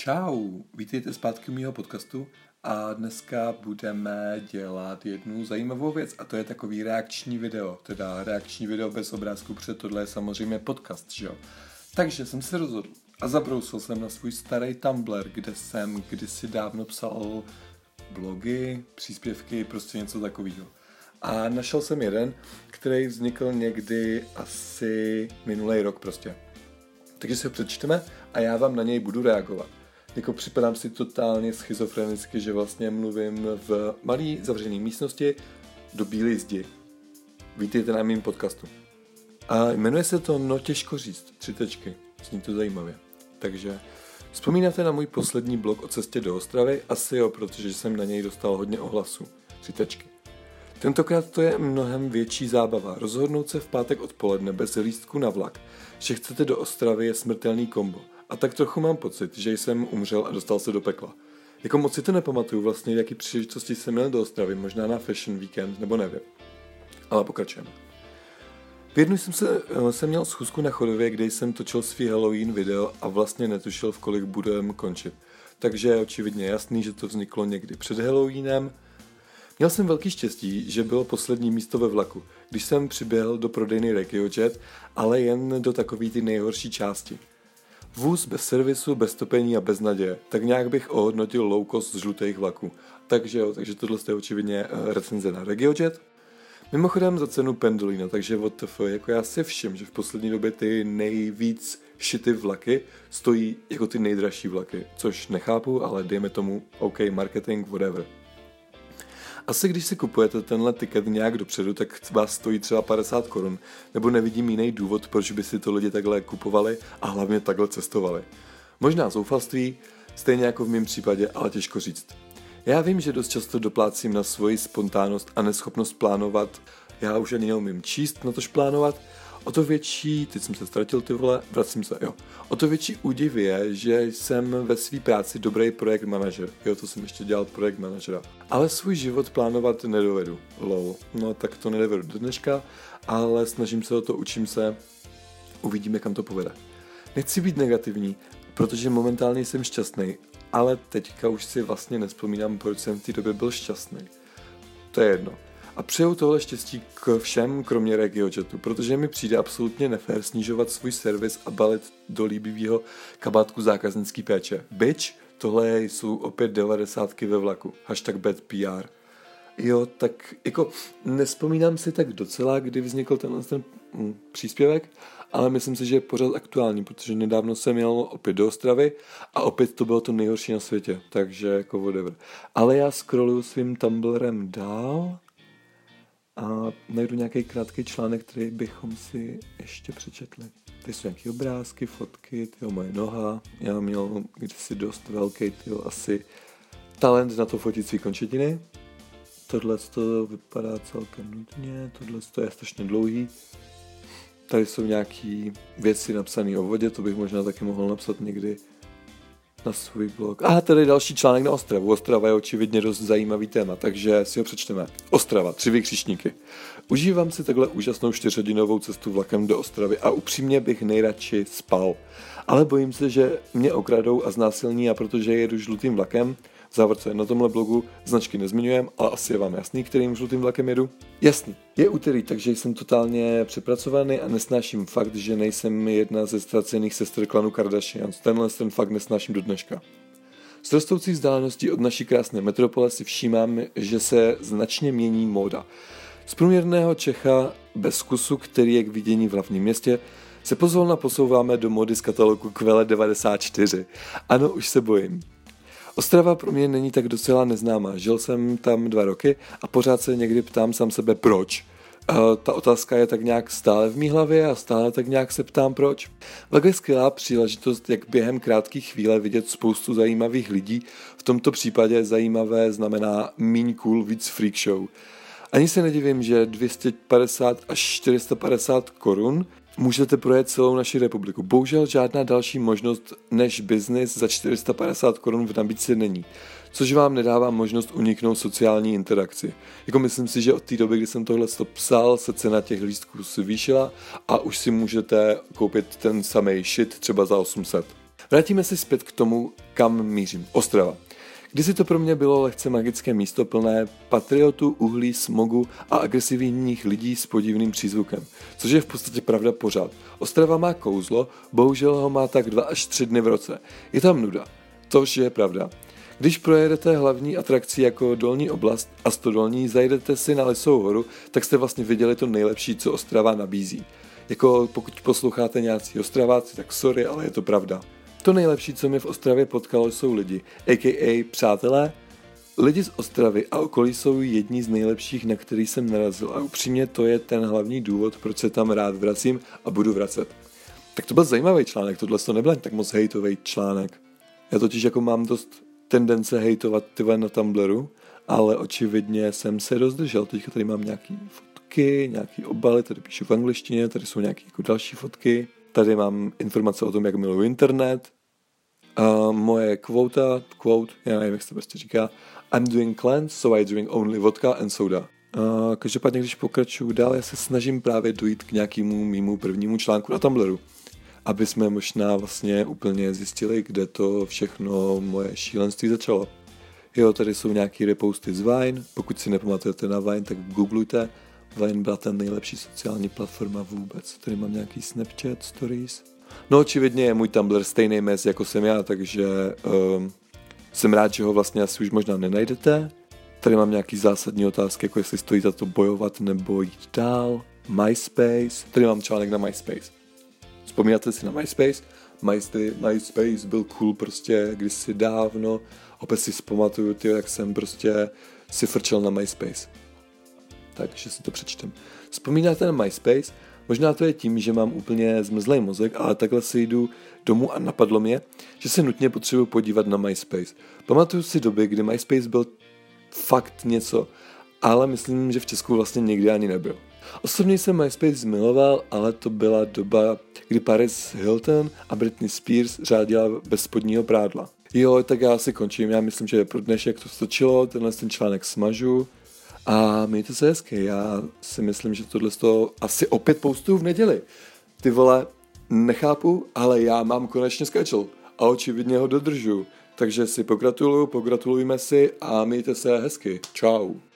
Čau, vítejte zpátky u mýho podcastu a dneska budeme dělat jednu zajímavou věc a to je takový reakční video, teda reakční video bez obrázku, protože tohle je samozřejmě podcast, že jo. Takže jsem se rozhodl a zabrousil jsem na svůj starý Tumblr, kde jsem kdysi dávno psal blogy, příspěvky, prostě něco takového. A našel jsem jeden, který vznikl někdy asi minulý rok prostě. Takže si ho přečteme a já vám na něj budu reagovat. Jako připadám si totálně schizofrenicky, že vlastně mluvím v malý zavřené místnosti do bílé zdi. Vítejte na mým podcastu. A jmenuje se to No těžko říct, 3 tečky. Zní to zajímavě. Takže vzpomínáte na můj poslední blog o cestě do Ostravy? Asi jo, protože jsem na něj dostal hodně ohlasů. 3 tečky. Tentokrát to je mnohem větší zábava. Rozhodnout se v pátek odpoledne bez lístku na vlak, že chcete do Ostravy, je smrtelný kombo. A tak trochu mám pocit, že jsem umřel a dostal se do pekla. Jako moc si to nepamatuju vlastně, v jaký příležitosti jsem měl do Ostravy, možná na Fashion Weekend, nebo nevím. Ale pokračujeme. V jednu jsem měl schůzku na Chodově, kde jsem točil svý Halloween video a vlastně netušil, v kolik budeme končit. Takže je očividně jasný, že to vzniklo někdy před Halloweenem. Měl jsem velký štěstí, že bylo poslední místo ve vlaku, když jsem přiběhl do prodejny RegioJet, ale jen do takový ty nejhorší části. Vůz bez servisu, bez topení a bez naděje. Tak nějak bych ohodnotil low cost z žlutých vlaků. Takže tohle je očividně recenze na RegioJet. Mimochodem za cenu Pendolina, takže WTF, jako já si všim, že v poslední době ty nejvíc šity vlaky stojí jako ty nejdražší vlaky, což nechápu, ale dejme tomu OK, marketing, whatever. Asi když si kupujete tenhle tiket nějak dopředu, tak vás stojí třeba 50 korun, nebo nevidím jiný důvod, proč by si to lidi takhle kupovali a hlavně takhle cestovali. Možná zoufalství, stejně jako v mém případě, ale těžko říct. Já vím, že dost často doplácím na svoji spontánnost a neschopnost plánovat, já už ani neumím číst, natož plánovat. O to větší, teď jsem se ztratil ty vole, vracím se, jo. O to větší údiv je, že jsem ve své práci dobrý projekt manažer. Jo, to jsem ještě dělal projekt manažera. Ale svůj život plánovat nedovedu. Lol. No tak to nedovedu do dneška, ale snažím se o to, učím se. Uvidíme, kam to povede. Nechci být negativní, protože momentálně jsem šťastný, ale teďka už si vlastně nevzpomínám, proč jsem v té době byl šťastný. To je jedno. A přeju tohle štěstí k všem, kromě RegioJetu, protože mi přijde absolutně nefér snižovat svůj servis a balit do líbivého kabátku zákaznický péče. Bitch, tohle jsou opět 90 ve vlaku. #bad PR. Jo, tak jako nespomínám si tak docela, kdy vznikl ten příspěvek, ale myslím si, že je pořád aktuální, protože nedávno jsem jel opět do Ostravy a opět to bylo to nejhorší na světě, takže jako whatever. Ale já scrolluju svým Tumblrem dál a najdu nějaký krátký článek, který bychom si ještě přečetli. Tady jsou nějaké obrázky, fotky, moje noha. Já měl kdysi dost velký, asi talent na to fotit svý končetiny. Tohle to vypadá celkem nudně, tohle je strašně dlouhý. Tady jsou nějaké věci napsané o vodě, to bych možná taky mohl napsat někdy na svůj blog. A tady další článek na Ostravu. Ostrava je očividně dost zajímavý téma, takže si ho přečteme. Ostrava, 3 vykřičníky. Užívám si takhle úžasnou 4hodinovou cestu vlakem do Ostravy a upřímně bych nejradši spal. Ale bojím se, že mě okradou a znásilní, a protože jedu žlutým vlakem, v závorce na tomhle blogu značky nezmiňujem, ale asi je vám jasný, kterým žlutým vlakem jedu. Jasný, je úterý, takže jsem totálně přepracovaný a nesnáším fakt, že nejsem jedna ze ztracených sester klanu Kardashians. Ten fakt nesnáším do dneška. S rostoucí vzdáleností od naší krásné metropole si všímám, že se značně mění móda. Z průměrného Čecha bez vkusu, který je k vidění v hlavním městě, se pozvolna posouváme do módy z katalogu Kvele 94. Ano, už se bojím. Ostrava pro mě není tak docela neznámá. Žil jsem tam 2 roky a pořád se někdy ptám sám sebe proč. Ta otázka je tak nějak stále v mý hlavě a stále tak nějak se ptám proč. Vlak je skvělá příležitost, jak během krátké chvíle vidět spoustu zajímavých lidí. V tomto případě zajímavé znamená míň cool, víc freak show. Ani se nedivím, že 250 až 450 korun můžete projet celou naši republiku. Bohužel žádná další možnost než biznis za 450 korun v nabídce není, což vám nedává možnost uniknout sociální interakci. Jako myslím si, že od té doby, kdy jsem tohle psal, se cena těch lístků zvýšila a už si můžete koupit ten samej shit třeba za 800. Vrátíme se zpět k tomu, kam mířím. Ostrava. Kdysi to pro mě bylo lehce magické místo plné patriotů, uhlí, smogu a agresivních lidí s podivným přízvukem, což je v podstatě pravda pořád. Ostrava má kouzlo, bohužel ho má tak 2 až 3 dny v roce. Je tam nuda, tož je pravda. Když projedete hlavní atrakcí jako Dolní oblast a Stodolní, zajdete si na Lisovou horu, tak jste vlastně viděli to nejlepší, co Ostrava nabízí. Jako pokud posloucháte nějací Ostraváci, tak sorry, ale je to pravda. To nejlepší, co mě v Ostravě potkalo, jsou lidi, a.k.a. přátelé. Lidi z Ostravy a okolí jsou jedni z nejlepších, na který jsem narazil a upřímně to je ten hlavní důvod, proč se tam rád vracím a budu vracet. Tak to byl zajímavý článek, tohle to nebyl tak moc hejtový článek. Já totiž jako mám dost tendence hejtovat na Tumblru, ale očividně jsem se rozdržel. Teďka tady mám nějaký fotky, nějaký obaly, tady píšu v angličtině, tady jsou nějaké jako další fotky. Tady mám informace o tom, jak miluji internet. Moje quote, já nevím, jak se to prostě říká. I'm doing cleanse, so I drink only vodka and soda. Každopádně, když pokračuju dál, já se snažím právě dojít k nějakému mýmu prvnímu článku na Tumblru. Aby jsme možná vlastně úplně zjistili, kde to všechno moje šílenství začalo. Jo, tady jsou nějaký reposty z Vine. Pokud si nepamatujete na Vine, tak googlujte. Vine byla ta nejlepší sociální platforma vůbec. Tady mám nějaký Snapchat stories. No očividně je můj Tumblr stejný mez jako jsem já, takže jsem rád, že ho vlastně asi už možná nenajdete. Tady mám nějaký zásadní otázky, jako jestli stojí za to bojovat nebo jít dál. MySpace. Tady mám článek na MySpace. Vzpomínáte si na MySpace? MySpace byl cool prostě kdysi dávno. Opět si vzpamatuju, jak jsem prostě si frčel na MySpace. Takže si to přečtem. Vzpomínáte na MySpace? Možná to je tím, že mám úplně zmrzlej mozek, ale takhle si jdu domů a napadlo mě, že se nutně potřebuji podívat na MySpace. Pamatuju si doby, kdy MySpace byl fakt něco, ale myslím, že v Česku vlastně nikdy ani nebyl. Osobně jsem MySpace zmiloval, ale to byla doba, kdy Paris Hilton a Britney Spears řádila bez spodního prádla. Jo, tak já si končím, já myslím, že pro dnešek to stačilo, ten článek smažu a mějte se hezky, já si myslím, že tohle asi opět postuju v neděli. Ty vole, nechápu, ale já mám konečně schedule a očividně ho dodržu, takže si pogratulujme si a mějte se hezky, čau.